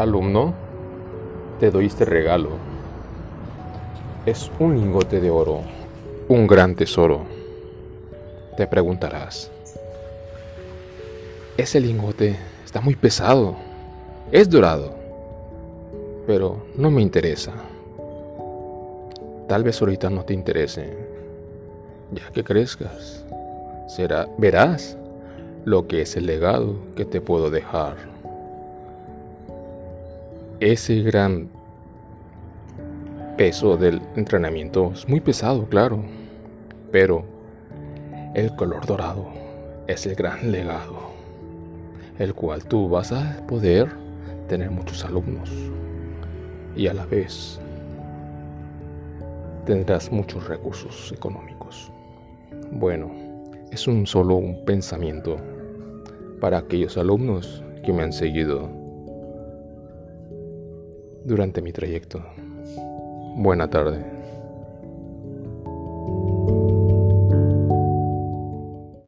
Alumno, te doy este regalo. Es un lingote de oro, un gran tesoro. Te preguntarás, ese lingote está muy pesado, es dorado, pero no me interesa. Tal vez ahorita no te interese, ya que crezcas, verás lo que es el legado que te puedo dejar. Ese gran peso del entrenamiento es muy pesado, claro, pero el color dorado es el gran legado, el cual tú vas a poder tener muchos alumnos y a la vez tendrás muchos recursos económicos. Bueno, es solo un pensamiento para aquellos alumnos que me han seguido durante mi trayecto. Buena tarde.